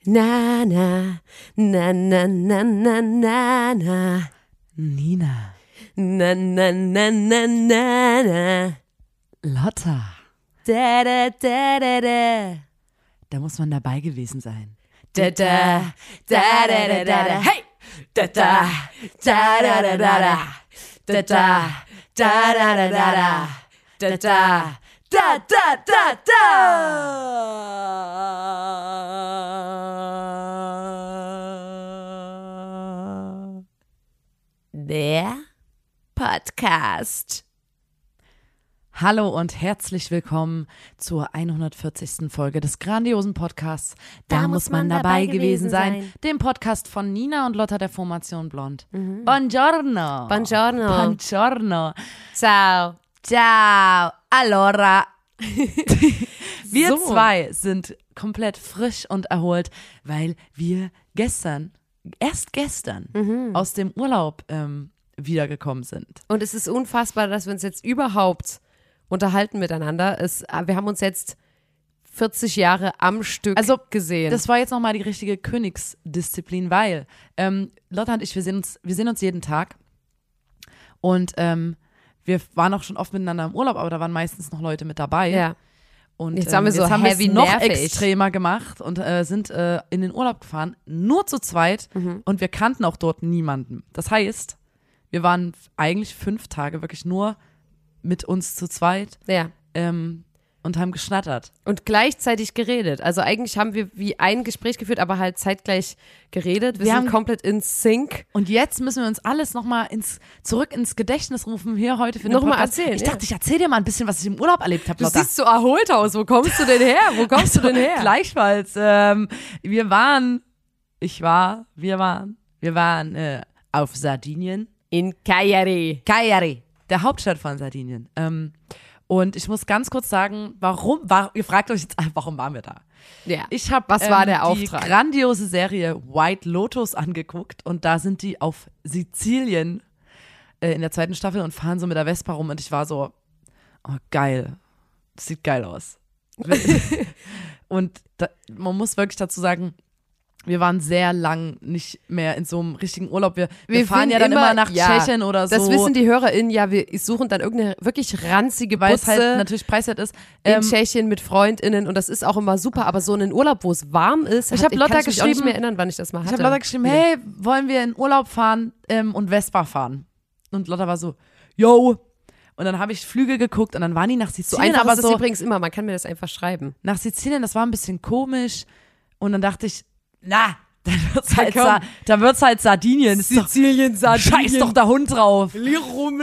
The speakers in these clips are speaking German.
Na, na, na, na, na, na, na, na. Nina. Na, na, na, na, na, na. Lotta. Da, da, da, da, da. Da muss man dabei gewesen sein. Da, da, da, da, da, da, da. Hey! Da, da, da, da, da, da, da. Da, da, da, da, da, da, da. Da, da, da, da, da, da. Der Podcast. Hallo und herzlich willkommen zur 140. Folge des grandiosen Podcasts. Da muss man dabei gewesen sein. Dem Podcast von Nina und Lotta der Formation Blond. Buongiorno. Buongiorno. Buongiorno. Ciao. Ciao. Allora. Wir So. zwei sind komplett frisch und erholt, weil wir erst gestern aus dem Urlaub wiedergekommen sind. Und es ist unfassbar, dass wir uns jetzt überhaupt unterhalten miteinander. Wir haben uns jetzt 40 Jahre am Stück gesehen. Das war jetzt nochmal die richtige Königsdisziplin, weil Lotta und ich, wir sehen uns jeden Tag und wir waren auch schon oft miteinander im Urlaub, aber da waren meistens noch Leute mit dabei. Ja. Und Jetzt haben wir so jetzt haben wir es heavy noch nervig. extremer gemacht und sind in den Urlaub gefahren, nur zu zweit und wir kannten auch dort niemanden. Das heißt, wir waren eigentlich 5 Tage wirklich nur mit uns zu zweit Ja. und haben geschnattert. Und gleichzeitig geredet. Also eigentlich haben wir wie ein Gespräch geführt, aber halt zeitgleich geredet. Wir sind haben- komplett in Sync. Und jetzt müssen wir uns alles nochmal zurück ins Gedächtnis rufen, hier heute für den Noch mal Podcast. erzählen, Ich ja. dachte, ich erzähle dir mal ein bisschen, was ich im Urlaub erlebt habe, Du Lotta. siehst so erholt aus. Wo kommst du denn her? Wo kommst du denn her? Gleichfalls. Wir waren auf Sardinien. In Cagliari. Cagliari, der Hauptstadt von Sardinien. Und ich muss ganz kurz sagen, ihr fragt euch jetzt, warum waren wir da? Ja. Ich habe Was war der Auftrag? die grandiose Serie White Lotus angeguckt und da sind die auf Sizilien in der 2. Staffel und fahren so mit der Vespa rum und ich war so, oh geil, das sieht geil aus. Und man muss wirklich dazu sagen, wir waren sehr lang nicht mehr in so einem richtigen Urlaub. Wir fahren finden ja dann immer nach ja, Tschechien oder so. Das wissen die HörerInnen ja. Wir suchen dann irgendeine wirklich ranzige weil es halt Butze natürlich preiswert ist. in Tschechien mit FreundInnen und das ist auch immer super. Aber so in einen Urlaub, wo es warm ist, Ich hab Lotta kann ich mich auch nicht geschrieben- mehr erinnern, wann ich das mal hatte. Ich habe Lotta geschrieben, hey, wollen wir in Urlaub fahren und Vespa fahren? Und Lotta war so, yo. Und dann habe ich Flüge geguckt und dann waren die nach So Sizilien, einfach aber ist es so übrigens immer. Man kann mir das einfach schreiben. nach Sizilien, das war ein bisschen komisch. Und dann dachte ich, na, dann komm. wird's halt Sardinien. Ist doch- Sardinien. Scheiß doch der Hund drauf. Lirum.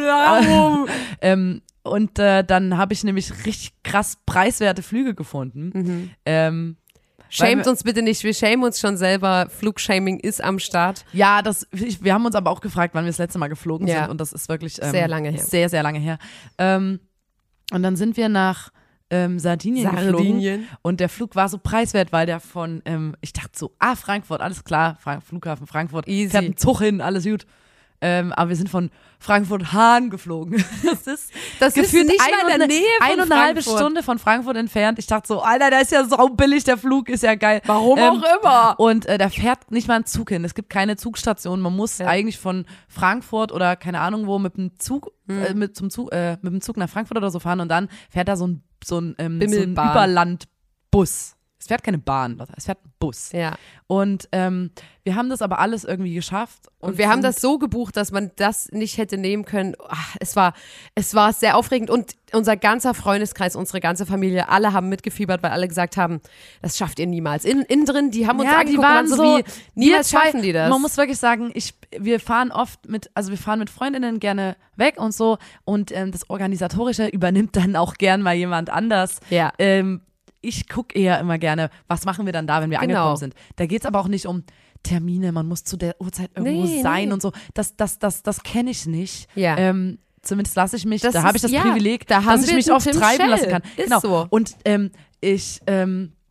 Und dann habe ich nämlich richtig krass preiswerte Flüge gefunden. Schämt wir- uns bitte nicht, wir schämen uns schon selber. Flugshaming ist am Start. Ja, wir haben uns aber auch gefragt, wann wir das letzte Mal geflogen Ja. sind und das ist wirklich Sehr lange her. Sehr, sehr lange her. Und dann sind wir nach Sardinien geflogen und der Flug war so preiswert, weil der von, ich dachte so, Frankfurt, alles klar, Flughafen Frankfurt, Easy. fährt ein Zug hin, alles gut. Aber wir sind von Frankfurt-Hahn geflogen. Das ist nicht mal in der Nähe von 1,5 Frankfurt. Stunde von Frankfurt entfernt. Ich dachte so, Alter, der ist ja so billig, der Flug ist ja geil. Warum auch immer. Und da fährt nicht mal ein Zug hin. Es gibt keine Zugstation. Man muss eigentlich von Frankfurt oder keine Ahnung wo mit dem Zug, mit dem Zug nach Frankfurt oder so fahren und dann fährt da so ein Bimmelbahn. Überlandbus. Es fährt keine Bahn, Lotta, es fährt ein Bus. Ja. Und wir haben das aber alles irgendwie geschafft. Und wir haben das so gebucht, dass man das nicht hätte nehmen können. Es war sehr aufregend und unser ganzer Freundeskreis, unsere ganze Familie, alle haben mitgefiebert, weil alle gesagt haben, das schafft ihr niemals. Innen drin, die haben uns Ja, angeguckt die waren und so, wie, niemals wir zwei- schaffen die das. Man muss wirklich sagen, wir fahren mit Freundinnen gerne weg und so und das Organisatorische übernimmt dann auch gern mal jemand anders. Ja. Ich gucke eher immer gerne, was machen wir dann da, wenn wir Genau. angekommen sind. Da geht es aber auch nicht um Termine, man muss zu der Uhrzeit irgendwo Nee, sein nee. und so. Das kenne ich nicht. Ja. Zumindest lasse ich mich, Das da habe ich ist- das ja, Privileg, da haben dass ich wir mich den oft Tim treiben Schell. lassen kann. Ist Genau. so. Und ich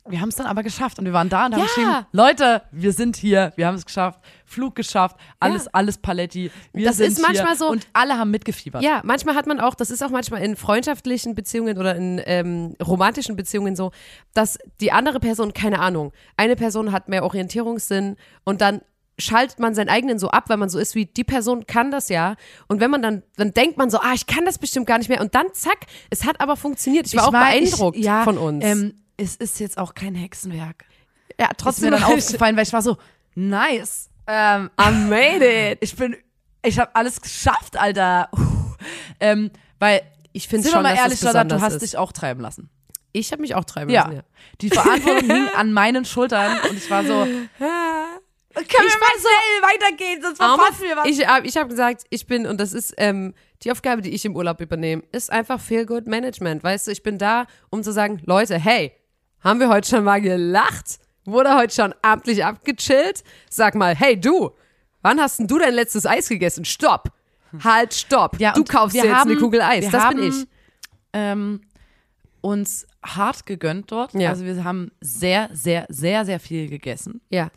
wir haben es dann aber geschafft und wir waren da und haben Ja. geschrieben, Leute, wir sind hier, wir haben es geschafft, Flug geschafft, alles Paletti, wir Das sind ist manchmal hier so- und alle haben mitgefiebert. Ja, manchmal hat man auch, das ist auch manchmal in freundschaftlichen Beziehungen oder in romantischen Beziehungen so, dass die andere Person, keine Ahnung, eine Person hat mehr Orientierungssinn und dann schaltet man seinen eigenen so ab, weil man so ist wie, die Person kann das ja. Und wenn man dann denkt man so, ich kann das bestimmt gar nicht mehr. Und dann zack, es hat aber funktioniert. Ich war auch beeindruckt von uns. Es ist jetzt auch kein Hexenwerk. Ja, Ist trotzdem mir dann aufgefallen, weil ich war so, nice. I made it. Ich habe alles geschafft, Alter. Weil, Ich finde sind schon, wir mal dass ehrlich, das Lotta, du besonders hast ist. dich auch treiben lassen. Ich habe mich auch treiben Ja. lassen, ja. Die Verantwortung hing an meinen Schultern und ich war so, können wir mal schnell weitergehen, sonst verpassen wir was. Ich hab gesagt, ich bin, und das ist die Aufgabe, die ich im Urlaub übernehme, ist einfach Feel-Good Management. Weißt du, ich bin da, um zu sagen, Leute, hey, haben wir heute schon mal gelacht? Wurde heute schon amtlich abgechillt? Sag mal, hey du, wann hast denn du dein letztes Eis gegessen? Stopp. Halt, stopp. Ja, du und kaufst wir dir jetzt haben- eine Kugel Eis. wir Das bin haben, ich. Uns hart gegönnt dort. Ja. Also wir haben sehr, sehr, sehr, sehr viel gegessen. Ja,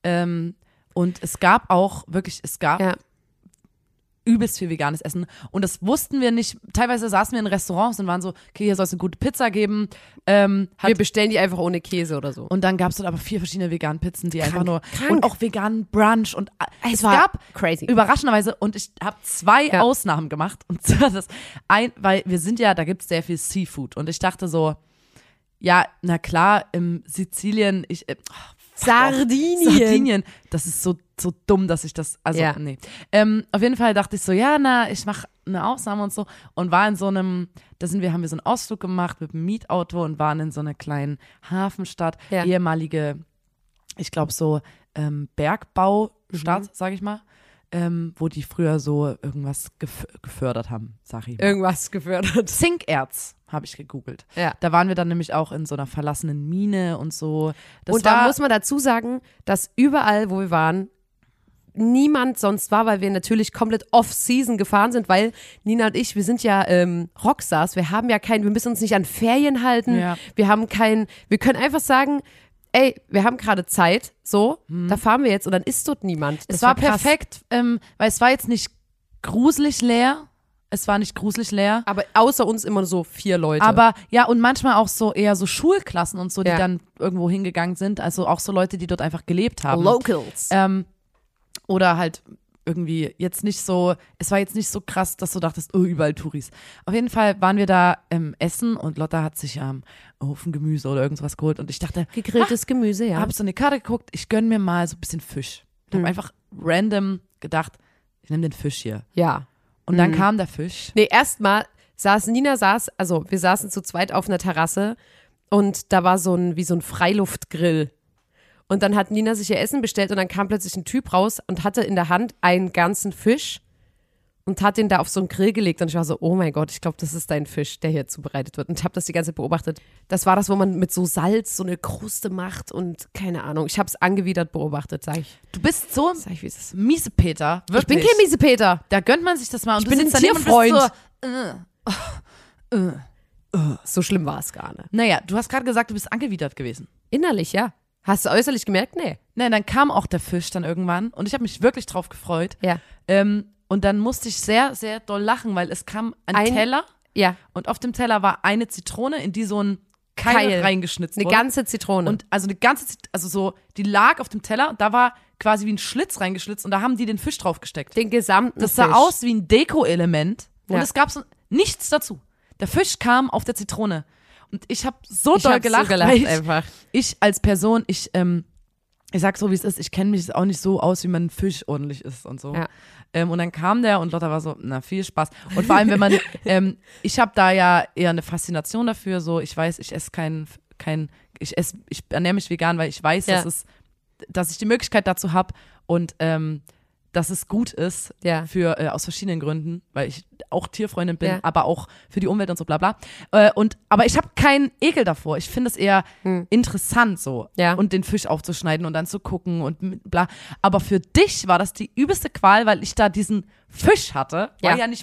Und es gab auch wirklich, ja. übelst viel veganes Essen. Und das wussten wir nicht. Teilweise saßen wir in Restaurants und waren so, okay, hier soll es eine gute Pizza geben. Wir bestellen die einfach ohne Käse oder so. Und dann gab es dort aber 4 verschiedene veganen Pizzen, die einfach nur, krank. und auch veganen Brunch und es war gab crazy. überraschenderweise, und ich habe 2 Ja. Ausnahmen gemacht. Und zwar weil wir sind ja, da gibt es sehr viel Seafood. Und ich dachte so, ja, na klar, im Sizilien, Sardinien, das ist so dumm, dass ich das, also Ja. nee. Auf jeden Fall dachte ich so, ja, ich mache eine Ausnahme und so und war in so einem, haben wir so einen Ausflug gemacht mit einem Mietauto und waren in so einer kleinen Hafenstadt, Ja. ehemalige, ich glaube so Bergbaustadt, sag ich mal, wo die früher so irgendwas gefördert haben, sag ich mal. Irgendwas gefördert. Zinkerz habe ich gegoogelt. Ja. Da waren wir dann nämlich auch in so einer verlassenen Mine und so. Das Und war, da muss man dazu sagen, dass überall, wo wir waren, niemand sonst war, weil wir natürlich komplett off-season gefahren sind, weil Nina und ich, wir sind ja Rockstars, wir müssen uns nicht an Ferien halten, Ja. wir können einfach sagen, ey, wir haben gerade Zeit, so, da fahren wir jetzt und dann ist dort niemand. Das es war krass. perfekt, weil es war jetzt nicht gruselig leer. Es war nicht gruselig leer. Aber außer uns immer so 4 Leute. Aber ja, und manchmal auch so eher so Schulklassen und so, die Ja. dann irgendwo hingegangen sind. Also auch so Leute, die dort einfach gelebt haben. Locals. Oder halt irgendwie jetzt nicht so, es war jetzt nicht so krass, dass du dachtest, oh, überall Touris. Auf jeden Fall waren wir da essen und Lotta hat sich Ofengemüse oder irgendwas geholt und ich dachte, Gegrilltes Gemüse, ja. habe so eine Karte geguckt, ich gönn mir mal so ein bisschen Fisch. Ich habe einfach random gedacht, ich nehme den Fisch hier. Ja. Und dann kam der Fisch. Nee, erstmal wir saßen zu zweit auf einer Terrasse und da war wie so ein Freiluftgrill. Und dann hat Nina sich ihr Essen bestellt und dann kam plötzlich ein Typ raus und hatte in der Hand einen ganzen Fisch und hat den da auf so einen Grill gelegt. Und ich war so, oh mein Gott, ich glaube, das ist dein Fisch, der hier zubereitet wird. Und ich habe das die ganze Zeit beobachtet. Das war das, wo man mit so Salz so eine Kruste macht und keine Ahnung. Ich habe es angewidert beobachtet, sag ich. Du bist so Sag ich, wie es ist. Miesepeter. Ich bin Wirklich. kein Miesepeter. Da gönnt man sich das mal. Und Ich du bin ein sitzt daneben und Tierfreund. bist so, So schlimm war es gar nicht. naja, du hast gerade gesagt, du bist angewidert gewesen. Innerlich, ja. Hast du äußerlich gemerkt? Nee. Nein, dann kam auch der Fisch dann irgendwann und ich habe mich wirklich drauf gefreut. Ja. Und dann musste ich sehr, sehr doll lachen, weil es kam ein Teller Ja. und auf dem Teller war eine Zitrone, in die so ein Keil reingeschnitzt Eine wurde. ganze Zitrone. Und also eine ganze, die lag auf dem Teller und da war quasi wie ein Schlitz reingeschlitzt und da haben die den Fisch draufgesteckt. den gesamten Das sah Fisch. aus wie ein Deko-Element und Ja. es gab so nichts dazu. Der Fisch kam auf der Zitrone und ich habe so Ich doll hab gelacht, so gelacht weil einfach. ich als Person, ich sag so, wie es ist, ich kenne mich auch nicht so aus, wie man Fisch ordentlich isst und so. Ja. Und dann kam der und Lotta war so, na, viel Spaß. Und vor allem, wenn man, ich habe da ja eher eine Faszination dafür, so, ich weiß, ich esse ich ernähre mich vegan, weil ich weiß, Ja. dass ich die Möglichkeit dazu habe und dass es gut ist Ja. für aus verschiedenen Gründen, weil ich auch Tierfreundin bin, Ja. aber auch für die Umwelt und so bla bla. Aber ich habe keinen Ekel davor. Ich finde es eher interessant so Ja. und den Fisch aufzuschneiden und dann zu gucken und bla. Aber für dich war das die übelste Qual, weil ich da diesen Fisch hatte. War Ja. ja nicht mal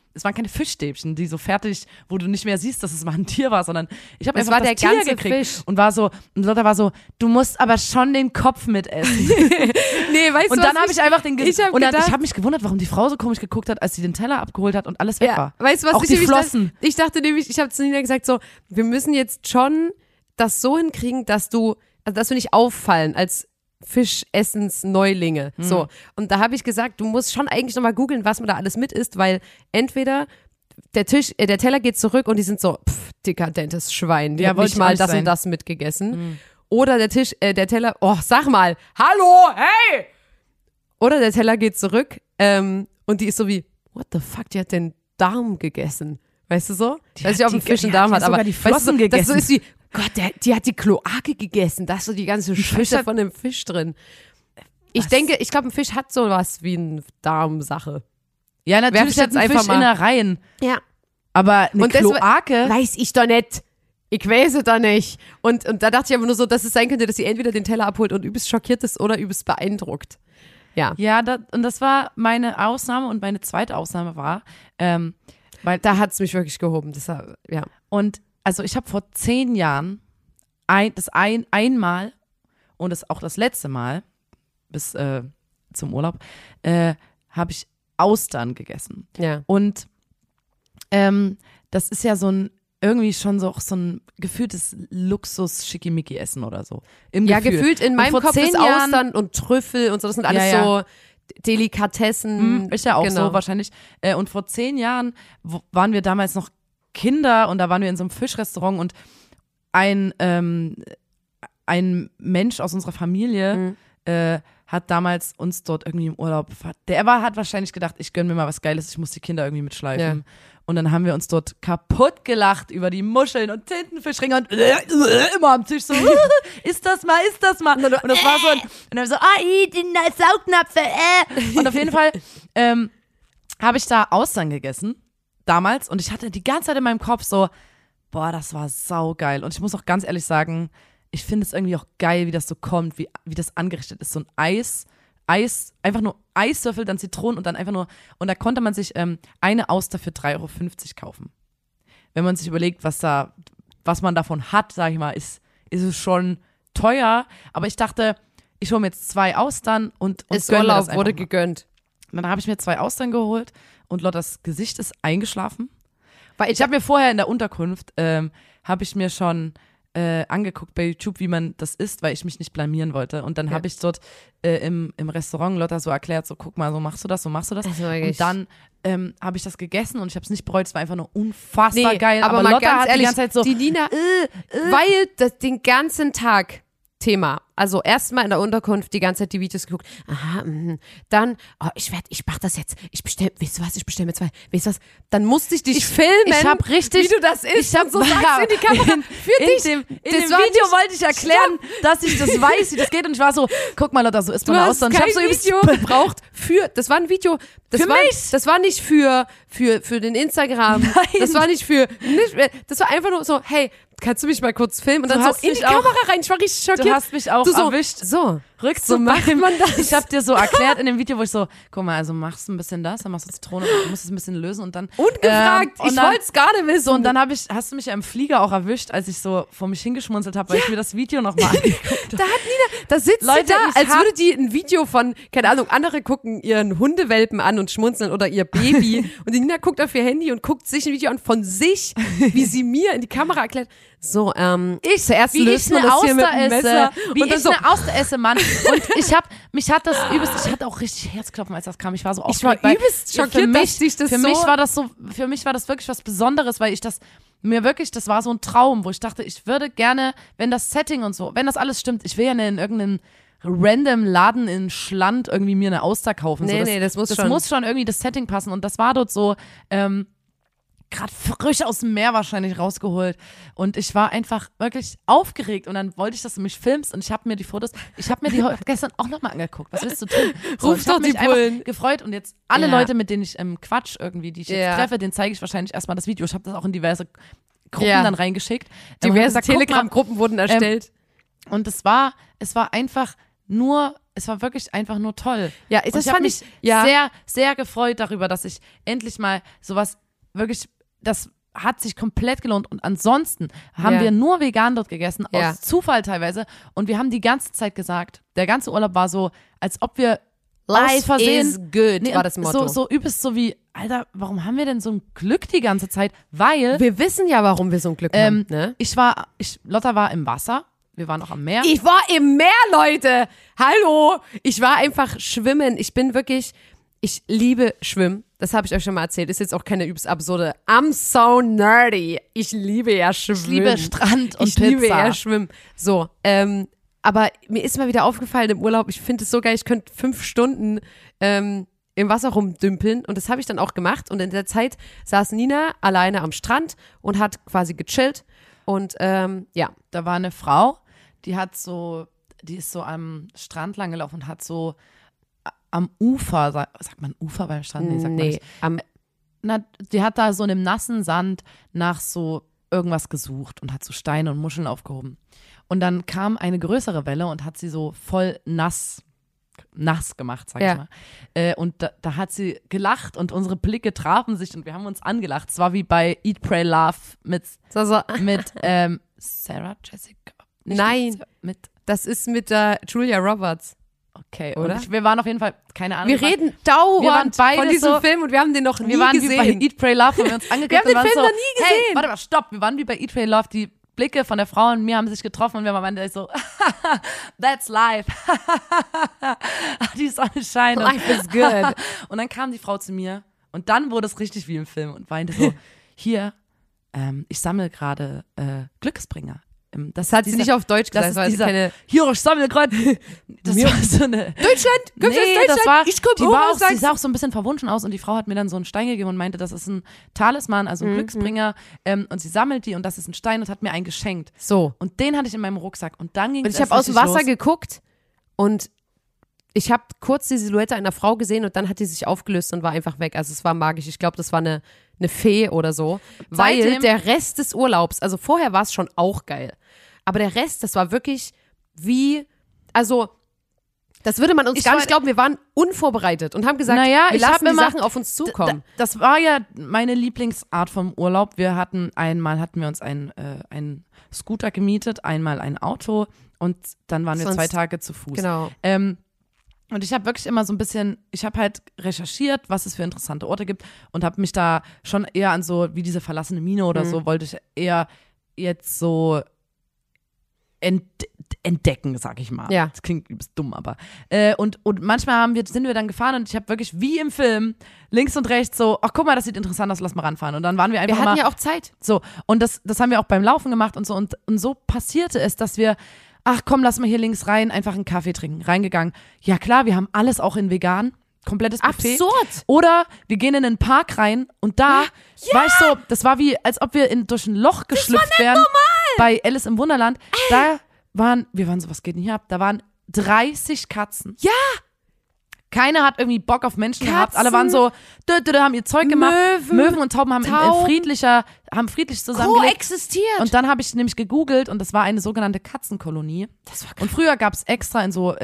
es waren keine Fischstäbchen, die so fertig, wo du nicht mehr siehst, dass es mal ein Tier war, sondern ich habe Es einfach war der das Tier ganze gekriegt Fisch. und Lotta war so, du musst aber schon den Kopf mitessen. Nee, weißt Und du, dann was habe ich einfach den ich hab und dann, gedacht- ich habe mich gewundert, warum die Frau so komisch geguckt hat, als sie den Teller abgeholt hat und alles weg war. Weißt du, was Auch ich die nämlich Flossen. Ich dachte nämlich, ich habe zu Nina gesagt, so, wir müssen jetzt schon das so hinkriegen, dass wir nicht auffallen als Fischessensneulinge. So. Und da habe ich gesagt, du musst schon eigentlich nochmal googeln, was man da alles mit isst, weil entweder der Teller geht zurück und die sind so, dekadentes Schwein, die Ja, hat wollte nicht ich mal auch nicht das sein. und das mitgegessen. Oder der Teller, sag mal, hallo, hey! Oder der Teller geht zurück und die ist so wie, what the fuck, die hat den Darm gegessen. Weißt du so? Weiß ich, ob ein Fisch einen Darm hat, aber die Flossen weißt du, das so gegessen. ist wie, Gott, die hat die Kloake gegessen, da ist so die ganze Scheiße von dem Fisch drin. Ich glaube, ein Fisch hat sowas wie eine Darmsache. Ja, Werf natürlich ich hat jetzt ein einfach Fisch mal- Innereien, Ja. aber eine Und das- Kloake, Weiß ich doch nicht. Ich weiß es doch nicht. Und da dachte ich aber nur so, dass es sein könnte, dass sie entweder den Teller abholt und übelst schockiert ist oder übelst beeindruckt. Ja. ja, und das war meine Ausnahme und meine zweite Ausnahme war, weil Da hat es mich wirklich gehoben. Deshalb, ja. und also ich habe vor 10 Jahren einmal und auch das letzte Mal bis zum Urlaub habe ich Austern gegessen. Ja. Und das ist ja irgendwie schon so ein gefühltes Luxus-Schickimicki-Essen oder so. Ja, gefühlt in Und meinem vor Kopf 10 ist Jahren- Austern und Trüffel und so, das sind alles Ja, ja. so Delikatessen. Ist ja auch Genau. so wahrscheinlich. Und vor 10 Jahren waren wir damals noch Kinder und da waren wir in so einem Fischrestaurant und ein Mensch aus unserer Familie hat damals uns dort irgendwie im Urlaub, hat wahrscheinlich gedacht, ich gönne mir mal was Geiles, ich muss die Kinder irgendwie mitschleifen. Ja. Und dann haben wir uns dort kaputt gelacht über die Muscheln und Tintenfischringe und immer am Tisch so, ist das mal. Und das war so, und dann so, die Saugnapfe, Und auf jeden Fall habe ich da Austern gegessen, damals, und ich hatte die ganze Zeit in meinem Kopf so, boah, das war saugeil. Und ich muss auch ganz ehrlich sagen, ich finde es irgendwie auch geil, wie das so kommt, wie das angerichtet ist. So ein Eis, einfach nur Eiswürfel, dann Zitronen und dann einfach nur, und da konnte man sich eine Auster für 3,50 € kaufen. Wenn man sich überlegt, was man davon hat, sag ich mal, ist es schon teuer. Aber ich dachte, ich hole mir jetzt 2 Austern und Das gönne mir das Urlaub einfach wurde mal. gegönnt. Und dann habe ich mir 2 Austern geholt und Lottas Gesicht ist eingeschlafen. Weil Ich habe mir vorher in der Unterkunft, habe ich mir schon angeguckt bei YouTube, wie man das isst, weil ich mich nicht blamieren wollte. Und dann habe ich dort im Restaurant Lotta so erklärt, so guck mal, so machst du das, so machst du das. Das war wirklich- Und dann habe ich das gegessen und ich habe es nicht bereut, es war einfach nur unfassbar geil. aber mal Lotta ganz hat ehrlich, die ganze Zeit so, die Nina, weil das den ganzen Tag Thema. Also erstmal in der Unterkunft die ganze Zeit die Videos geguckt. Aha, dann, ich mach das jetzt. Ich bestell mir 2. Weißt du was? Dann musste ich dich filmen, ich hab richtig, wie du das isst. ich hab und so sagst in die Kamera. Für dich. In Das dem war Video nicht- wollte ich erklären, dass ich das weiß, wie das geht. Und ich war so, guck mal, Lotta, so isst Du man hast aus. Und ich kein hab so übelst Video gebraucht das war ein Video, das Für war, mich? das war nicht für den Instagram, das war nicht das war einfach nur so, hey, kannst du mich mal kurz filmen? Und Du dann so hast in die mich auch- Kamera rein, ich war richtig schockiert. Du hast mich auch Du so, erwischt. So, Rückzug so macht beim- man das. Ich habe dir so erklärt in dem Video, wo ich so, guck mal, also machst du ein bisschen das, dann machst du Zitrone, du musst es ein bisschen lösen und dann Ungefragt, und ich dann- wollte es gar nicht wissen. so und dann hast du mich ja im Flieger auch erwischt, als ich so vor mich hingeschmunzelt habe, weil ich mir das Video nochmal angeguckt Da hat Nina, da sitzt Leute, sie da, ich als hab- würde die ein Video von, keine Ahnung, andere gucken ihren Hundewelpen an und schmunzeln oder ihr Baby und die Nina guckt auf ihr Handy und guckt sich ein Video an von sich, wie sie mir in die Kamera erklärt, so, zuerst wie löst ich man eine das hier mit Auster dem esse, Messer wie und dann ich so, eine Auster esse, Mann. Und ich hatte auch richtig Herzklopfen, als das kam. Ich war so Ich war aufgeregt, weil übelst für schockiert, mich, dass dich das für so- mich war das wirklich was Besonderes, weil das war so ein Traum, wo ich dachte, ich würde gerne, wenn das Setting und so, wenn das alles stimmt, ich will ja in irgendeinem random Laden in Schland irgendwie mir eine Auster kaufen. Nee, das muss schon. muss schon irgendwie das Setting passen und das war dort so, gerade frisch aus dem Meer wahrscheinlich rausgeholt. Und ich war einfach wirklich aufgeregt. Und dann wollte ich, dass du mich filmst. Und ich habe mir die gestern auch nochmal angeguckt. Was willst du tun? So, Ruf ich hab doch die mich einfach Bullen. gefreut. Und jetzt alle Ja. Leute, mit denen ich Quatsch irgendwie, die ich jetzt Ja. treffe, denen zeige ich wahrscheinlich erstmal das Video. Ich habe das auch in diverse Gruppen Ja. dann reingeschickt. Und hab diverse gesagt, guck mal, Telegram-Gruppen wurden erstellt. und es war einfach nur, wirklich einfach nur toll. Ja, Und das ich habe fand mich sehr, sehr gefreut darüber, dass ich endlich mal sowas wirklich, das hat sich komplett gelohnt. Und ansonsten haben wir nur vegan dort gegessen, aus Zufall teilweise. Und wir haben die ganze Zeit gesagt, der ganze Urlaub war so, als ob wir aus Life Versehen, is good, war das Motto. so übelst so wie, Alter, warum haben wir denn so ein Glück die ganze Zeit? Weil wir wissen ja, warum wir so ein Glück haben. Ne? Lotta war im Wasser, wir waren auch am Meer. Ich war im Meer, Leute. Hallo. Ich war einfach schwimmen. Ich liebe Schwimmen. Das habe ich euch schon mal erzählt. Ist jetzt auch keine übelst absurde. I'm so nerdy. Ich liebe ja Schwimmen. Ich liebe Strand und Pizza. Ich liebe ja Schwimmen. So, aber mir ist mal wieder aufgefallen im Urlaub, ich finde es so geil, ich könnte 5 Stunden im Wasser rumdümpeln und das habe ich dann auch gemacht und in der Zeit saß Nina alleine am Strand und hat quasi gechillt und ja. Da war eine Frau, die ist so am Strand lang gelaufen und hat so am Ufer, sagt man Ufer beim Strand? Nee, sagt man nicht. Die hat da so in dem nassen Sand nach so irgendwas gesucht und hat so Steine und Muscheln aufgehoben. Und dann kam eine größere Welle und hat sie so voll nass gemacht, sag ich mal. Und da hat sie gelacht und unsere Blicke trafen sich und wir haben uns angelacht. Es war wie bei Eat, Pray, Love mit Sarah Jessica. Nein, das ist mit der Julia Roberts. Okay, oder? Wir waren auf jeden Fall, keine Ahnung. Wir reden dauernd von diesem so, Film und wir haben den noch nie gesehen. Wir waren wie bei Eat, Pray, Love, wo wir uns angeguckt haben. Wir haben den Film noch nie gesehen. Hey, warte mal, stopp. Wir waren wie bei Eat, Pray, Love. Die Blicke von der Frau und mir haben sich getroffen und wir waren so, that's life. Die Sonne scheint. Life is good. Und dann kam die Frau zu mir und dann wurde es richtig wie im Film und weinte so, hier, ich sammle gerade Glücksbringer. Das hat sie nicht auf Deutsch gesagt, weil hier, ich sammle gerade. Das war so eine. Deutschland, Sie sah auch so ein bisschen verwunschen aus und die Frau hat mir dann so einen Stein gegeben und meinte, das ist ein Talisman, also ein Glücksbringer. Und sie sammelt die und das ist ein Stein und hat mir einen geschenkt. So. Und den hatte ich in meinem Rucksack und dann ging es. Und ich habe aus dem Wasser geguckt und ich habe kurz die Silhouette einer Frau gesehen und dann hat die sich aufgelöst und war einfach weg. Also es war magisch. Ich glaube, das war eine Fee oder so. Weil der Rest des Urlaubs, also vorher war es schon auch geil. Aber der Rest, das war wirklich also das würde man uns gar nicht glauben. Wir waren unvorbereitet und haben gesagt, wir lassen die Sachen auf uns zukommen. Das war ja meine Lieblingsart vom Urlaub. Einmal hatten wir uns einen Scooter gemietet, einmal ein Auto und dann waren wir 2 Tage zu Fuß. Genau. Und ich habe wirklich immer so ein bisschen, ich habe halt recherchiert, was es für interessante Orte gibt und habe mich da schon eher an so, wie diese verlassene Mine oder so, wollte ich eher jetzt so entdecken, sag ich mal. Ja. Das klingt übelst dumm, aber. Und manchmal sind wir dann gefahren und ich habe wirklich wie im Film links und rechts so, ach guck mal, das sieht interessant aus, lass mal ranfahren. Und dann waren wir einfach mal. Wir hatten ja auch Zeit. So, und das haben wir auch beim Laufen gemacht und so. Und so passierte es, dass wir, ach komm, lass mal hier links rein, einfach einen Kaffee trinken. Reingegangen. Ja klar, wir haben alles auch in vegan. Komplettes Buffet. Absurd. Oder wir gehen in den Park rein und da war ich so, das war wie, als ob wir durch ein Loch geschlüpft wären. Normal. Bei Alice im Wunderland. Wir waren so, was geht denn hier ab? Da waren 30 Katzen. Ja. Keiner hat irgendwie Bock auf Menschen gehabt. Alle waren so, haben ihr Zeug gemacht. Möwen und Tauben haben friedlich zusammengelebt. Koexistiert. Und dann habe ich nämlich gegoogelt und das war eine sogenannte Katzenkolonie. Das war krass. Und früher gab es extra in so,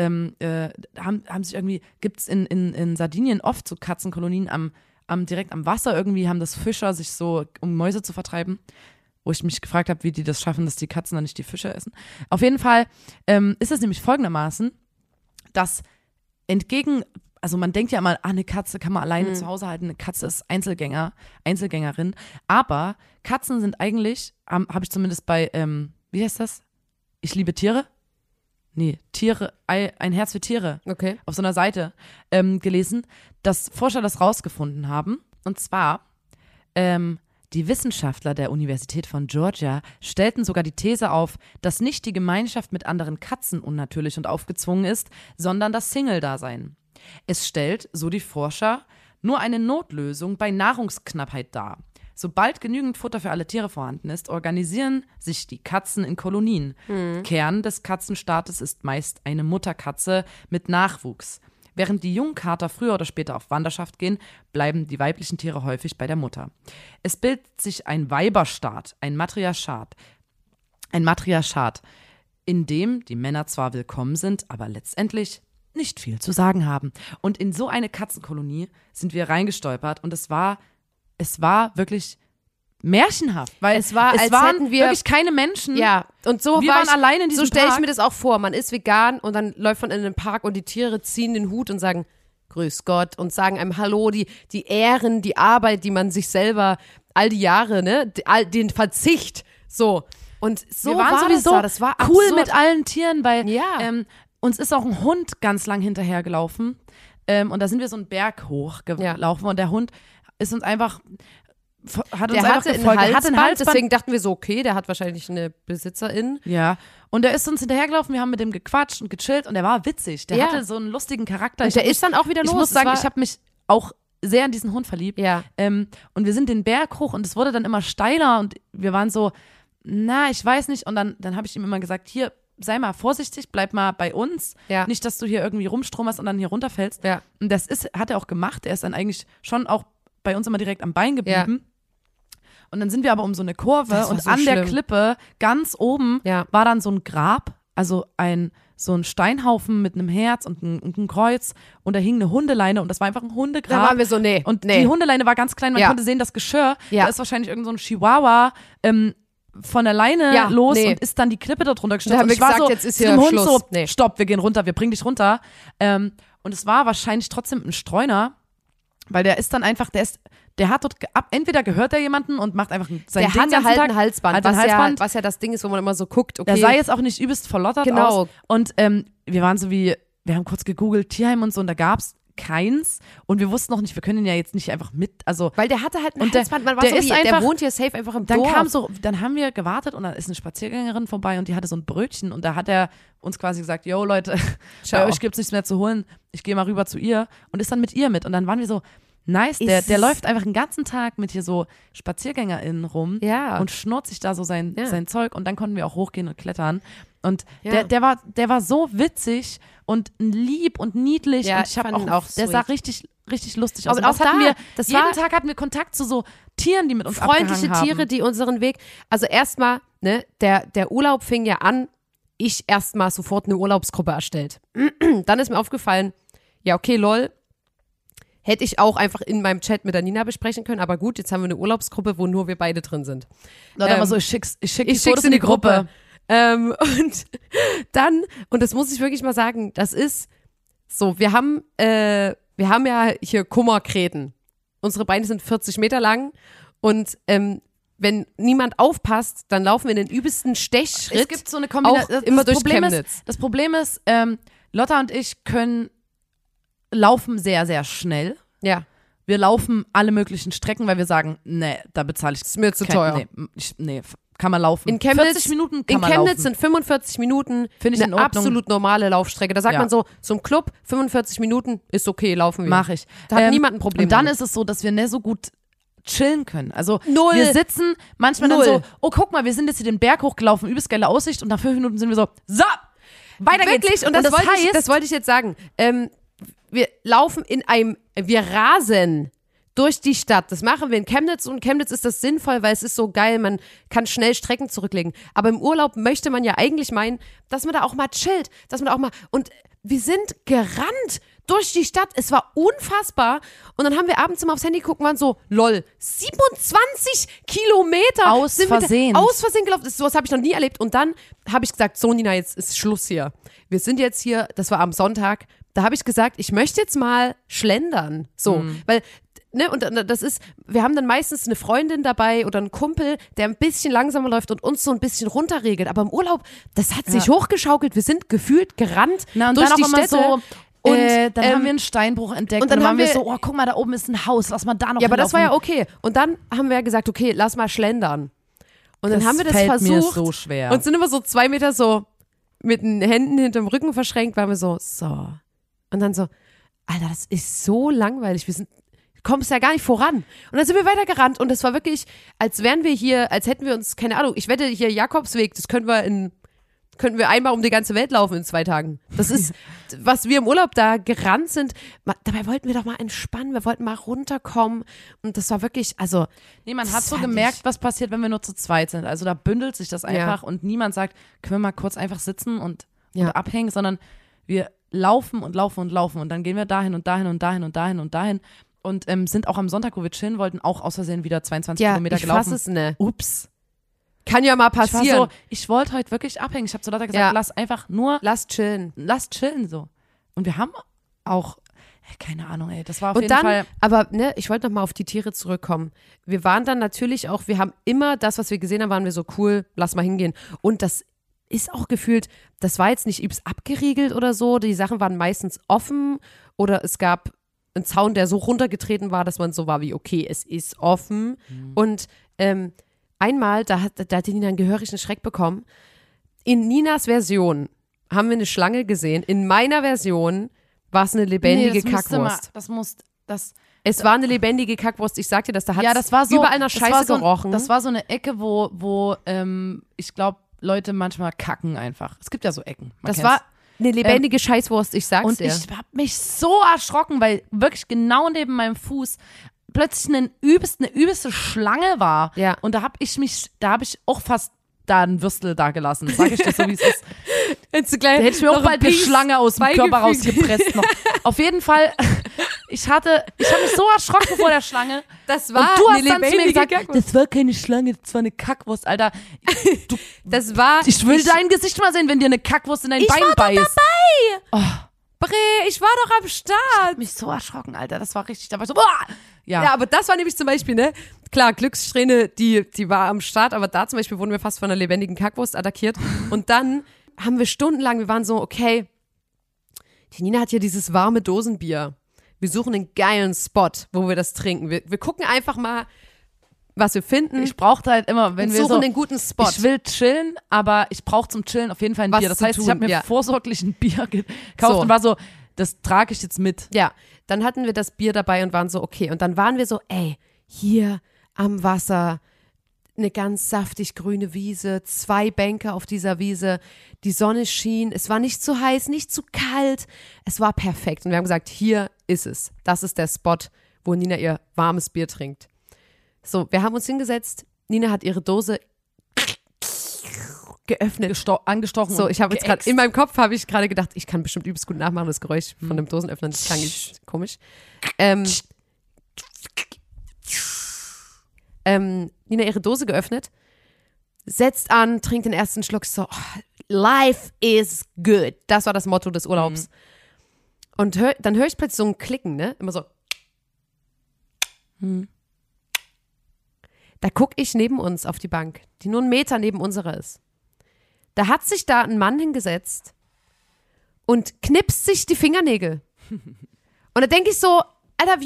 gibt's in Sardinien oft so Katzenkolonien direkt am Wasser. Irgendwie haben das Fischer sich so, um Mäuse zu vertreiben. Wo ich mich gefragt habe, wie die das schaffen, dass die Katzen dann nicht die Fische essen. Auf jeden Fall ist es nämlich folgendermaßen, dass also man denkt ja immer, eine Katze kann man alleine zu Hause halten, eine Katze ist Einzelgängerin, aber Katzen sind eigentlich, habe ich zumindest bei, wie heißt das? Ich liebe Tiere? Nee, Tiere, ein Herz für Tiere. Okay. Auf so einer Seite gelesen, dass Forscher das rausgefunden haben. Und zwar, die Wissenschaftler der Universität von Georgia stellten sogar die These auf, dass nicht die Gemeinschaft mit anderen Katzen unnatürlich und aufgezwungen ist, sondern das Single-Dasein. Es stellt, so die Forscher, nur eine Notlösung bei Nahrungsknappheit dar. Sobald genügend Futter für alle Tiere vorhanden ist, organisieren sich die Katzen in Kolonien. Kern des Katzenstaates ist meist eine Mutterkatze mit Nachwuchs. Während die Jungkater früher oder später auf Wanderschaft gehen, bleiben die weiblichen Tiere häufig bei der Mutter. Es bildet sich ein Weiberstaat, ein Matriarchat, in dem die Männer zwar willkommen sind, aber letztendlich nicht viel zu sagen haben. Und in so eine Katzenkolonie sind wir reingestolpert und es war wirklich märchenhaft, weil es waren hätten wir wirklich keine Menschen. Ja, und so wir waren allein in diesem So stelle ich Park. mir das auch vor. Man ist vegan und dann läuft man in den Park und die Tiere ziehen den Hut und sagen Grüß Gott und sagen einem Hallo, die ehren die Arbeit, die man sich selber all die Jahre, ne, den Verzicht, so. Und so wir waren war sowieso das war cool absurd. mit allen Tieren, weil Ja. uns ist auch ein Hund ganz lang hinterhergelaufen und da sind wir so einen Berg hochgelaufen und der Hund ist uns einfach hat uns Der einfach hatte ein gefolgt. Der hatte ein Halsband, deswegen dachten wir so, okay, der hat wahrscheinlich eine Besitzerin. Ja, und der ist uns hinterhergelaufen, wir haben mit dem gequatscht und gechillt und der war witzig. Der Ja. hatte so einen lustigen Charakter. Und der ist dann auch wieder los. Ich muss sagen, Es war- ich habe mich auch sehr in diesen Hund verliebt. Ja. Und wir sind den Berg hoch und es wurde dann immer steiler und wir waren so, na, ich weiß nicht. Und dann habe ich ihm immer gesagt, hier, sei mal vorsichtig, bleib mal bei uns. Ja. Nicht, dass du hier irgendwie rumstrommerst und dann hier runterfällst. Ja. Und das hat er auch gemacht. Er ist dann eigentlich schon auch bei uns immer direkt am Bein geblieben. Und dann sind wir aber um so eine Kurve Das war und so an der schlimm. Klippe ganz oben Ja. war dann so ein Grab, also so ein Steinhaufen mit einem Herz und ein Kreuz und da hing eine Hundeleine und das war einfach ein Hundegrab. Da waren wir so, nee. Und nee. die Hundeleine war ganz klein, man Ja. konnte sehen, das Geschirr, Ja. da ist wahrscheinlich irgend so ein Chihuahua von der Leine Ja, los nee. und ist dann die Klippe da drunter gestürzt. Da haben Und wir ich war gesagt, so, jetzt ist zu hier dem Hund Schluss. so, Nee. stopp, wir gehen runter, wir bringen dich runter. Und es war wahrscheinlich trotzdem ein Streuner, weil der ist dann einfach, der hat dort, entweder gehört er jemanden und macht einfach sein Der Ding hatte ganzen halt Tag, ein Halsband, hat ein Halsband. was ja das Ding ist, wo man immer so guckt, okay. Der sah jetzt auch nicht übelst verlottert Genau. aus. Und wir waren so wie, wir haben kurz gegoogelt, Tierheim und so, und da gab's keins. Und wir wussten noch nicht, wir können ihn ja jetzt nicht einfach also. Weil der hatte halt ein Und der- Halsband, man war der so ist wie, einfach- der wohnt hier safe einfach im Dann Dorf. dann haben wir gewartet und dann ist eine Spaziergängerin vorbei und die hatte so ein Brötchen und da hat er uns quasi gesagt, yo Leute, Ciao. bei euch gibt's nichts mehr zu holen, ich gehe mal rüber zu ihr und ist dann mit ihr mit und dann waren wir so, nice, der Ist- läuft einfach den ganzen Tag mit hier so SpaziergängerInnen rum Ja. und schnurrt sich da so sein Zeug und dann konnten wir auch hochgehen und klettern und Ja. der war so witzig und lieb und niedlich Ja, und ich habe fand ihn auch, auch der sah sweet. richtig lustig aus. Aber Und das auch hatten da, wir, das jeden war- Tag hatten wir Kontakt zu so Tieren, die mit uns freundliche abgehangen haben. Tiere, die unseren Weg, also erstmal, ne, der Urlaub fing ja an, ich erstmal sofort eine Urlaubsgruppe erstellt. Dann ist mir aufgefallen, ja okay, lol, hätte ich auch einfach in meinem Chat mit der Nina besprechen können, aber gut, jetzt haben wir eine Urlaubsgruppe, wo nur wir beide drin sind. Dann immer so, ich schick die Ich Fotos schick's in die Gruppe. Und dann, und das muss ich wirklich mal sagen, das ist so, wir haben ja hier Kummerkreten. Unsere Beine sind 40 Meter lang und wenn niemand aufpasst, dann laufen wir in den übelsten Stechschritt. Es gibt so eine Kombination. auch immer durch Chemnitz. Das Problem ist, Lotta und ich laufen sehr, sehr schnell. Ja, Wir laufen alle möglichen Strecken, weil wir sagen, nee, da bezahle ich. ist mir zu teuer. Nee, kann man laufen. In Chemnitz, 40 Minuten kann in man Chemnitz laufen. sind 45 Minuten Finde ich in eine Ordnung. absolut normale Laufstrecke. Da sagt Ja. man so, zum Club 45 Minuten ist okay, laufen wir. Mach ich. Da hat niemand ein Problem Und dann damit. ist es so, dass wir nicht so gut chillen können. Also Null. wir sitzen manchmal Null. dann so, oh guck mal, wir sind jetzt hier den Berg hochgelaufen, übelst geile Aussicht und nach 5 Minuten sind wir so, weiter geht's. Wirklich, und das wollte ich jetzt sagen. Wir laufen wir rasen durch die Stadt. Das machen wir in Chemnitz und Chemnitz ist das sinnvoll, weil es ist so geil, man kann schnell Strecken zurücklegen. Aber im Urlaub möchte man ja eigentlich meinen, dass man da auch mal chillt, dass man da auch mal, und wir sind gerannt durch die Stadt. Es war unfassbar. Und dann haben wir abends immer aufs Handy geguckt und waren so, lol, 27 Kilometer. Aus sind wir da- Versehen. Aus Versehen gelaufen. Sowas habe ich noch nie erlebt. Und dann habe ich gesagt, so Nina, jetzt ist Schluss hier. Wir sind jetzt hier, das war am Sonntag, da habe ich gesagt, ich möchte jetzt mal schlendern. So, weil, ne, und das ist, wir haben dann meistens eine Freundin dabei oder einen Kumpel, der ein bisschen langsamer läuft und uns so ein bisschen runterregelt. Aber im Urlaub, das hat sich hochgeschaukelt. Wir sind gefühlt gerannt Na, und durch dann die auch immer Städte. so, Und, dann haben wir einen Steinbruch entdeckt und dann waren haben wir wir- so, oh guck mal, da oben ist ein Haus, lass mal da noch Ja, aber das war ja hinlaufen. okay. Und dann haben wir ja gesagt, okay, lass mal schlendern. Und dann Das haben wir das fällt mir versucht so schwer. und sind immer so 2 Meter so mit den Händen hinterm Rücken verschränkt, waren wir so. Und dann so, Alter, das ist so langweilig. Kommst ja gar nicht voran. Und dann sind wir weitergerannt und das war wirklich, als wären wir hier, als hätten wir uns, keine Ahnung, ich wette, hier Jakobsweg, das könnten wir einmal um die ganze Welt laufen in 2 Tagen. Das ist, was wir im Urlaub da gerannt sind. Dabei wollten wir doch mal entspannen, wir wollten mal runterkommen. Und das war wirklich, also. Nee, man hat das so fand gemerkt, ich- was passiert, wenn wir nur zu zweit sind. Also da bündelt sich das einfach und niemand sagt, können wir mal kurz einfach sitzen und abhängen, sondern wir laufen und laufen und laufen und dann gehen wir dahin und dahin und dahin und dahin und dahin und sind auch am Sonntag, wo wir chillen wollten, auch aus Versehen wieder 22 Kilometer gelaufen. Ich fass es nicht. Ups. Kann ja mal passieren. Ich wollte heute wirklich abhängen. Ich habe zu Lotta gesagt, lass chillen so. Und wir haben auch, keine Ahnung, das war auf jeden Fall. Aber ich wollte noch mal auf die Tiere zurückkommen. Wir waren dann natürlich auch, wir haben immer das, was wir gesehen haben, waren wir so cool, lass mal hingehen. Und das ist auch gefühlt, das war jetzt nicht übelst abgeriegelt oder so. Die Sachen waren meistens offen oder es gab einen Zaun, der so runtergetreten war, dass man so war wie, okay, es ist offen. Und einmal, da hat die Nina einen gehörigen Schreck bekommen. In Ninas Version haben wir eine Schlange gesehen. In meiner Version war es eine lebendige Kackwurst. Es war eine lebendige Kackwurst. Ich sag dir das, das war so, überall nach Scheiße gerochen. Das war so eine Ecke, wo ich glaube, Leute manchmal kacken einfach. Es gibt ja so Ecken. Das war eine lebendige Scheißwurst, ich sag's dir. Und ich habe mich so erschrocken, weil wirklich genau neben meinem Fuß plötzlich eine übelste Schlange war. Ja. Und da habe ich auch fast da einen Würstel da gelassen, sag ich dir so, wie es ist. Da hätte ich mir auch bald eine Schlange aus dem Körper rausgepresst noch. Auf jeden Fall, ich habe mich so erschrocken vor der Schlange. Das war und du eine hast dann zu mir gesagt, Kackwurst. das war keine Schlange, das war eine Kackwurst, Alter. Ich will dein Gesicht mal sehen, wenn dir eine Kackwurst in dein Bein beißt. Ich war doch dabei. Ich war doch am Start. Ich hab mich so erschrocken, Alter. Das war richtig, da war ich so, boah. Ja, aber das war nämlich zum Beispiel, klar, Glückssträhne, die war am Start, aber da zum Beispiel wurden wir fast von einer lebendigen Kackwurst attackiert. Und dann haben wir stundenlang, wir waren so, okay, die Nina hat hier dieses warme Dosenbier. Wir suchen einen geilen Spot, wo wir das trinken. Wir gucken einfach mal, was wir finden. Ich brauchte halt immer, wenn wir suchen so, einen guten Spot. Ich will chillen, aber ich brauche zum Chillen auf jeden Fall ein Bier. Das heißt, ich habe mir vorsorglich ein Bier gekauft und war so, das trage ich jetzt mit. Ja, dann hatten wir das Bier dabei und waren so, okay. Und dann waren wir so, hier am Wasser, eine ganz saftig grüne Wiese, 2 Bänke auf dieser Wiese, die Sonne schien, es war nicht zu heiß, nicht zu kalt, es war perfekt. Und wir haben gesagt, hier ist es. Das ist der Spot, wo Nina ihr warmes Bier trinkt. So, wir haben uns hingesetzt, Nina hat ihre Dose geöffnet. Angestochen. So, ich habe jetzt gerade, in meinem Kopf habe ich gerade gedacht, ich kann bestimmt übelst gut nachmachen, das Geräusch von dem Dosenöffnen, das klang jetzt komisch. Nina ihre Dose geöffnet, setzt an, trinkt den ersten Schluck, so, life is good. Das war das Motto des Urlaubs. Und dann höre ich plötzlich so ein Klicken, immer so. Da gucke ich neben uns auf die Bank, die nur 1 Meter neben unserer ist. Da hat sich da ein Mann hingesetzt und knipst sich die Fingernägel. Und da denke ich so, Alter,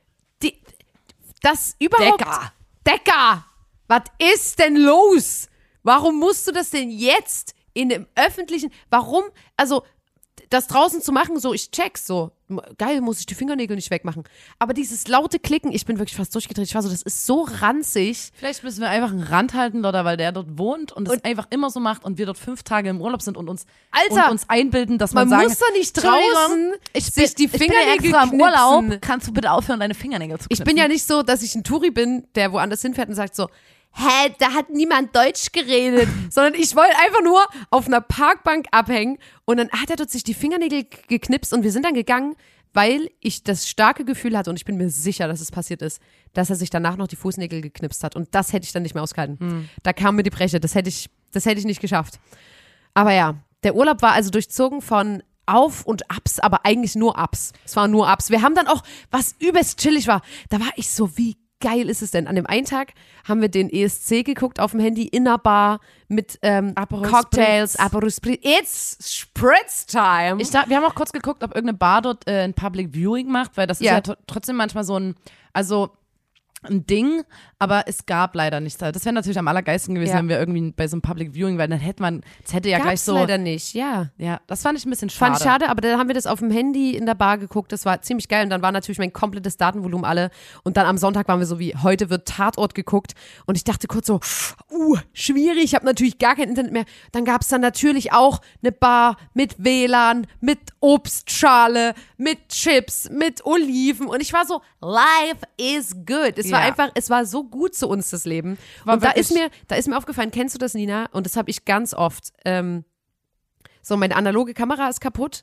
das überhaupt... Decker, was ist denn los? Warum musst du das denn jetzt in dem öffentlichen... Warum, also das draußen zu machen, so, ich check's so. Geil, muss ich die Fingernägel nicht wegmachen. Aber dieses laute Klicken, ich bin wirklich fast durchgedreht. Ich war so, das ist so ranzig. Vielleicht müssen wir einfach einen Rand halten, Lotta, weil der dort wohnt und es einfach immer so macht und wir dort 5 Tage im Urlaub sind und uns einbilden, dass man sagen, muss doch nicht draußen sich die Fingernägel extra im Urlaub. Kannst du bitte aufhören, deine Fingernägel zu knipsen? Ich bin ja nicht so, dass ich ein Touri bin, der woanders hinfährt und sagt so, da hat niemand Deutsch geredet, sondern ich wollte einfach nur auf einer Parkbank abhängen und dann hat er dort sich die Fingernägel geknipst und wir sind dann gegangen, weil ich das starke Gefühl hatte und ich bin mir sicher, dass es passiert ist, dass er sich danach noch die Fußnägel geknipst hat und das hätte ich dann nicht mehr ausgehalten. Da kam mir die Breche, das hätte ich nicht geschafft. Aber ja, der Urlaub war also durchzogen von Auf und Ups, aber eigentlich nur Ups. Es waren nur Ups. Wir haben dann auch, was übelst chillig war, da war ich so, wie geil ist es denn? An dem einen Tag haben wir den ESC geguckt auf dem Handy in einer Bar mit Cocktails, Aperol Spritz. It's Spritz Time. Wir haben auch kurz geguckt, ob irgendeine Bar dort ein Public Viewing macht, weil das ist ja trotzdem manchmal so ein Ding, aber es gab leider nichts. Das wäre natürlich am allergeilsten gewesen, wenn wir irgendwie bei so einem Public Viewing, weil dann das hätte ja gleich so. Leider nicht, ja. Ja, das fand ich ein bisschen schade. Fand ich schade, aber dann haben wir das auf dem Handy in der Bar geguckt, das war ziemlich geil und dann war natürlich mein komplettes Datenvolumen alle und dann am Sonntag waren wir so wie, heute wird Tatort geguckt und ich dachte kurz so, schwierig, ich habe natürlich gar kein Internet mehr. Dann gab es dann natürlich auch eine Bar mit WLAN, mit Obstschale, mit Chips, mit Oliven und ich war so, life is good. Es war so gut zu uns, das Leben. Und da ist mir aufgefallen, kennst du das, Nina? Und das habe ich ganz oft. So, meine analoge Kamera ist kaputt.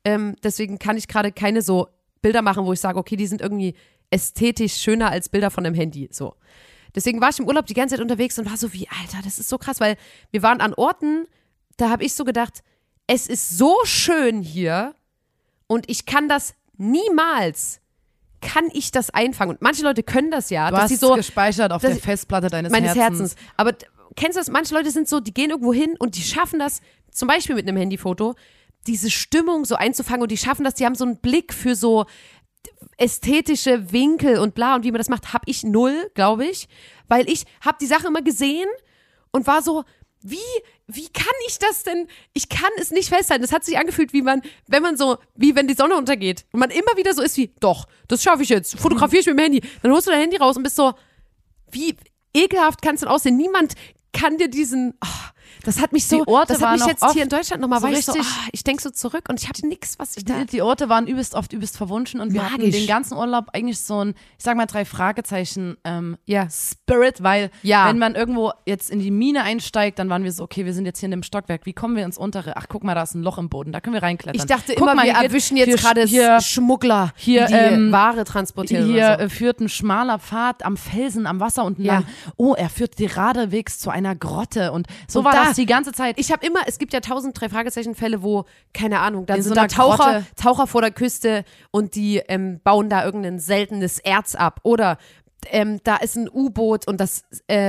Deswegen kann ich gerade keine so Bilder machen, wo ich sage, okay, die sind irgendwie ästhetisch schöner als Bilder von einem Handy. So. Deswegen war ich im Urlaub die ganze Zeit unterwegs und war so wie, Alter, das ist so krass, weil wir waren an Orten, da habe ich so gedacht, es ist so schön hier und ich kann das niemals, kann ich das einfangen. Und manche Leute können das ja. Du dass hast sie so, es gespeichert auf der Festplatte meines Herzens. Aber kennst du das? Manche Leute sind so, die gehen irgendwo hin und die schaffen das, zum Beispiel mit einem Handyfoto, diese Stimmung so einzufangen und die schaffen das, die haben so einen Blick für so ästhetische Winkel und bla und wie man das macht, habe ich null, glaube ich, weil ich habe die Sache immer gesehen und war so, wie kann ich das denn? Ich kann es nicht festhalten. Das hat sich angefühlt, wie wenn die Sonne untergeht und man immer wieder so ist wie, doch, das schaffe ich jetzt, fotografiere ich mit dem Handy. Dann holst du dein Handy raus und bist so, wie ekelhaft kann es denn aussehen? Niemand kann dir diesen, das hat mich so, das hat mich jetzt hier in Deutschland nochmal, weil so ich denke so zurück und ich hatte nichts, was ich da... Die Orte waren übelst verwunschen und wir hatten den ganzen Urlaub eigentlich so ein, ich sag mal 3 Fragezeichen Spirit, weil wenn man irgendwo jetzt in die Mine einsteigt, dann waren wir so, okay, wir sind jetzt hier in dem Stockwerk, wie kommen wir ins Untere? Ach, guck mal, da ist ein Loch im Boden, da können wir reinklettern. Ich dachte immer, wir erwischen jetzt gerade Schmuggler, die Ware transportieren. Hier führt ein schmaler Pfad am Felsen, am Wasser unten lang. Oh, er führt geradewegs zu einer Grotte und so war das die ganze Zeit. Ich habe immer, es gibt ja 1000 3-Fragezeichen-Fälle, wo, keine Ahnung, da sind da Taucher vor der Küste und die bauen da irgendein seltenes Erz ab. Oder da ist ein U-Boot und das,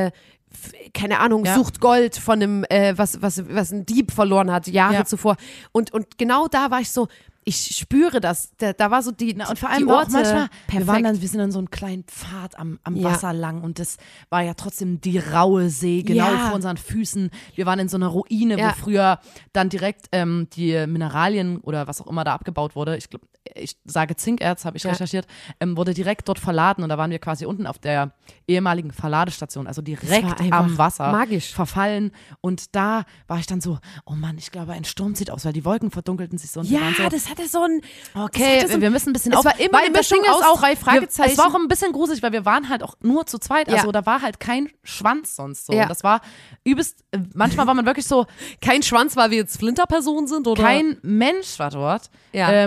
keine Ahnung, sucht Gold von einem, was ein Dieb verloren hat, Jahre zuvor. Und genau da war ich so, ich spüre das. Da war so und vor allem die Orte auch manchmal, perfekt. wir sind dann so einen kleinen Pfad am Wasser lang und das war ja trotzdem die raue See, genau vor unseren Füßen. Wir waren in so einer Ruine, wo früher dann direkt die Mineralien oder was auch immer da abgebaut wurde, ich sage Zinkerz, habe ich recherchiert, wurde direkt dort verladen und da waren wir quasi unten auf der ehemaligen Verladestation, also direkt am Wasser. Magisch. Verfallen und da war ich dann so, oh Mann, ich glaube, ein Sturm zieht aus, weil die Wolken verdunkelten sich so. Und ja, so, das hatte so ein, okay, wir müssen ein bisschen es war immer eine Mischung aus 3 Fragezeichen. Es war auch ein bisschen gruselig, weil wir waren halt auch nur zu zweit, also da war halt kein Schwanz sonst so. Und das war übelst, manchmal war man wirklich so, kein Schwanz, weil wir jetzt Flinterpersonen sind, oder? Kein Mensch war dort. Ja.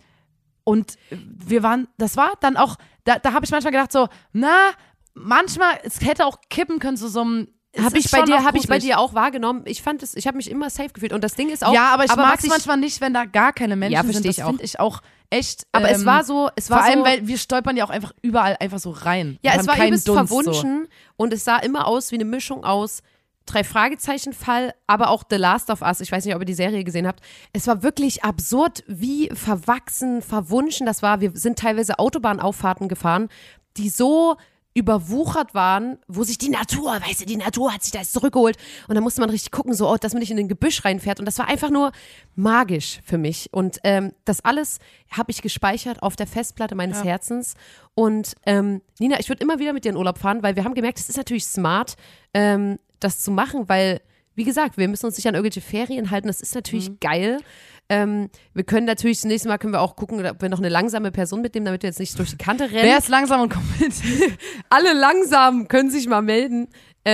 Und das war dann auch, da habe ich manchmal gedacht so, manchmal, es hätte auch kippen können zu so einem, Habe ich bei dir auch wahrgenommen. Ich habe mich immer safe gefühlt. Und das Ding ist auch. Ja, aber ich mag es manchmal nicht, wenn da gar keine Menschen sind. Das finde ich auch echt. Aber es war so. Vor allem, weil wir stolpern ja auch einfach überall einfach so rein. Ja, es war übelst verwunschen. Und es sah immer aus wie eine Mischung aus 3-Fragezeichen-Fall, aber auch The Last of Us. Ich weiß nicht, ob ihr die Serie gesehen habt. Es war wirklich absurd, wie verwachsen, verwunschen das war. Wir sind teilweise Autobahnauffahrten gefahren, die so überwuchert waren, wo sich die Natur hat sich das zurückgeholt und da musste man richtig gucken, so, dass man nicht in den Gebüsch reinfährt und das war einfach nur magisch für mich und das alles habe ich gespeichert auf der Festplatte meines Herzens und Nina, ich würde immer wieder mit dir in Urlaub fahren, weil wir haben gemerkt, es ist natürlich smart, das zu machen, weil, wie gesagt, wir müssen uns nicht an irgendwelche Ferien halten, das ist natürlich geil. Wir können natürlich, das nächste Mal können wir auch gucken, ob wir noch eine langsame Person mitnehmen, damit wir jetzt nicht durch die Kante rennen. Wer ist langsam und kommt mit? Alle langsam können sich mal melden.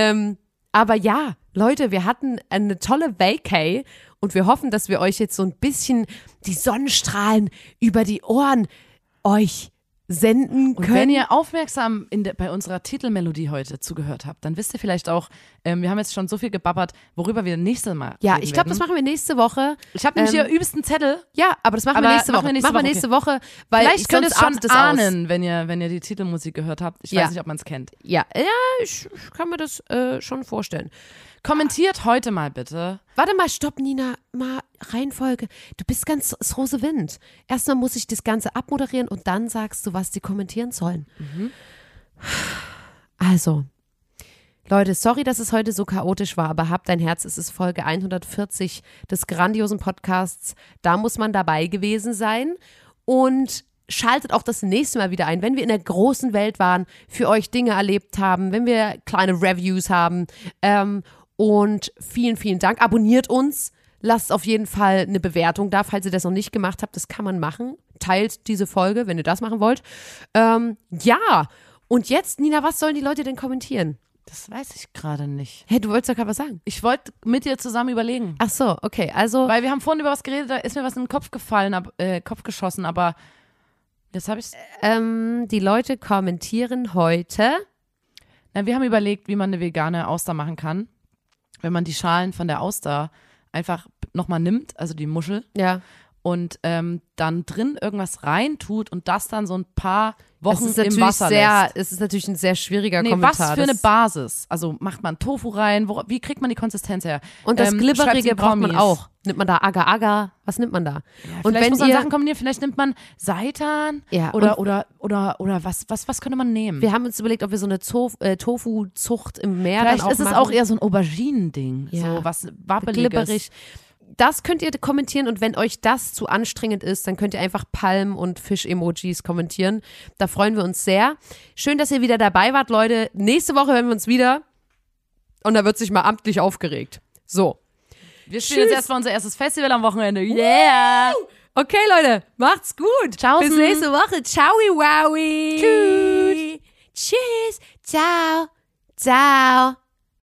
Aber ja, Leute, wir hatten eine tolle Vacay und wir hoffen, dass wir euch jetzt so ein bisschen die Sonnenstrahlen über die Ohren euch senden können. Und wenn ihr aufmerksam bei unserer Titelmelodie heute zugehört habt, dann wisst ihr vielleicht auch, wir haben jetzt schon so viel gebabbert, worüber wir nächstes Mal Ja, ich glaube, das machen wir nächste Woche. Ich habe nämlich hier übelsten Zettel. Ja, aber das machen wir nächste Woche. Machen wir nächste Woche, weil vielleicht könnt ihr es schon ahnen, wenn ihr die Titelmusik gehört habt. Ich weiß nicht, ob man es kennt. Ja, ich kann mir das schon vorstellen. Kommentiert heute mal bitte. Warte mal, stopp, Nina, mal Reihenfolge. Du bist ganz Rose Wind. Erstmal muss ich das Ganze abmoderieren und dann sagst du, was die kommentieren sollen. Also, Leute, sorry, dass es heute so chaotisch war, aber habt ein Herz, es ist Folge 140 des grandiosen Podcasts. Da muss man dabei gewesen sein und schaltet auch das nächste Mal wieder ein, wenn wir in der großen Welt waren, für euch Dinge erlebt haben, wenn wir kleine Reviews haben, und vielen, vielen Dank. Abonniert uns. Lasst auf jeden Fall eine Bewertung da, falls ihr das noch nicht gemacht habt. Das kann man machen. Teilt diese Folge, wenn ihr das machen wollt. Ja. Und jetzt, Nina, was sollen die Leute denn kommentieren? Das weiß ich gerade nicht. Hey, du wolltest doch gerade was sagen. Ich wollte mit dir zusammen überlegen. Ach so, okay, also. Weil wir haben vorhin über was geredet, da ist mir was in den Kopf gefallen, Kopf geschossen, aber jetzt habe ich Die Leute kommentieren heute. wir haben überlegt, wie man eine vegane Auster machen kann. Wenn man die Schalen von der Auster einfach nochmal nimmt, also die Muschel, Ja. und dann drin irgendwas reintut und das dann so ein paar Wochen Es ist im Wasser lässt. Es ist natürlich ein sehr schwieriger Nee, Kommentar. was für eine Basis? Also macht man Tofu rein? Wie kriegt man die Konsistenz her? Und das schreibt's Glibberige in braucht man Kommis. auch. Nimmt man da Agar-Agar? Was nimmt man da? Und Vielleicht wenn muss man ihr, Sachen kombinieren, vielleicht nimmt man Seitan Ja, oder was könnte man nehmen? wir haben uns überlegt, ob wir so eine Tofu-Zucht im Meer Vielleicht dann auch ist es machen. auch eher so ein Auberginending, Ja. so was Wabbeliges. glibberig. Das könnt ihr kommentieren und wenn euch das zu anstrengend ist, dann könnt ihr einfach Palm- und Fisch-Emojis kommentieren. Da freuen wir uns sehr. Schön, dass ihr wieder dabei wart, Leute. Nächste Woche hören wir uns wieder und da wird sich mal amtlich aufgeregt. So. Wir spielen jetzt erstmal unser erstes Festival am Wochenende. Yeah! Okay, Leute, macht's gut. Tschaußen. Bis nächste Woche. Ciao, wowie. Tschüss. Tschüss. Ciao. Ciao.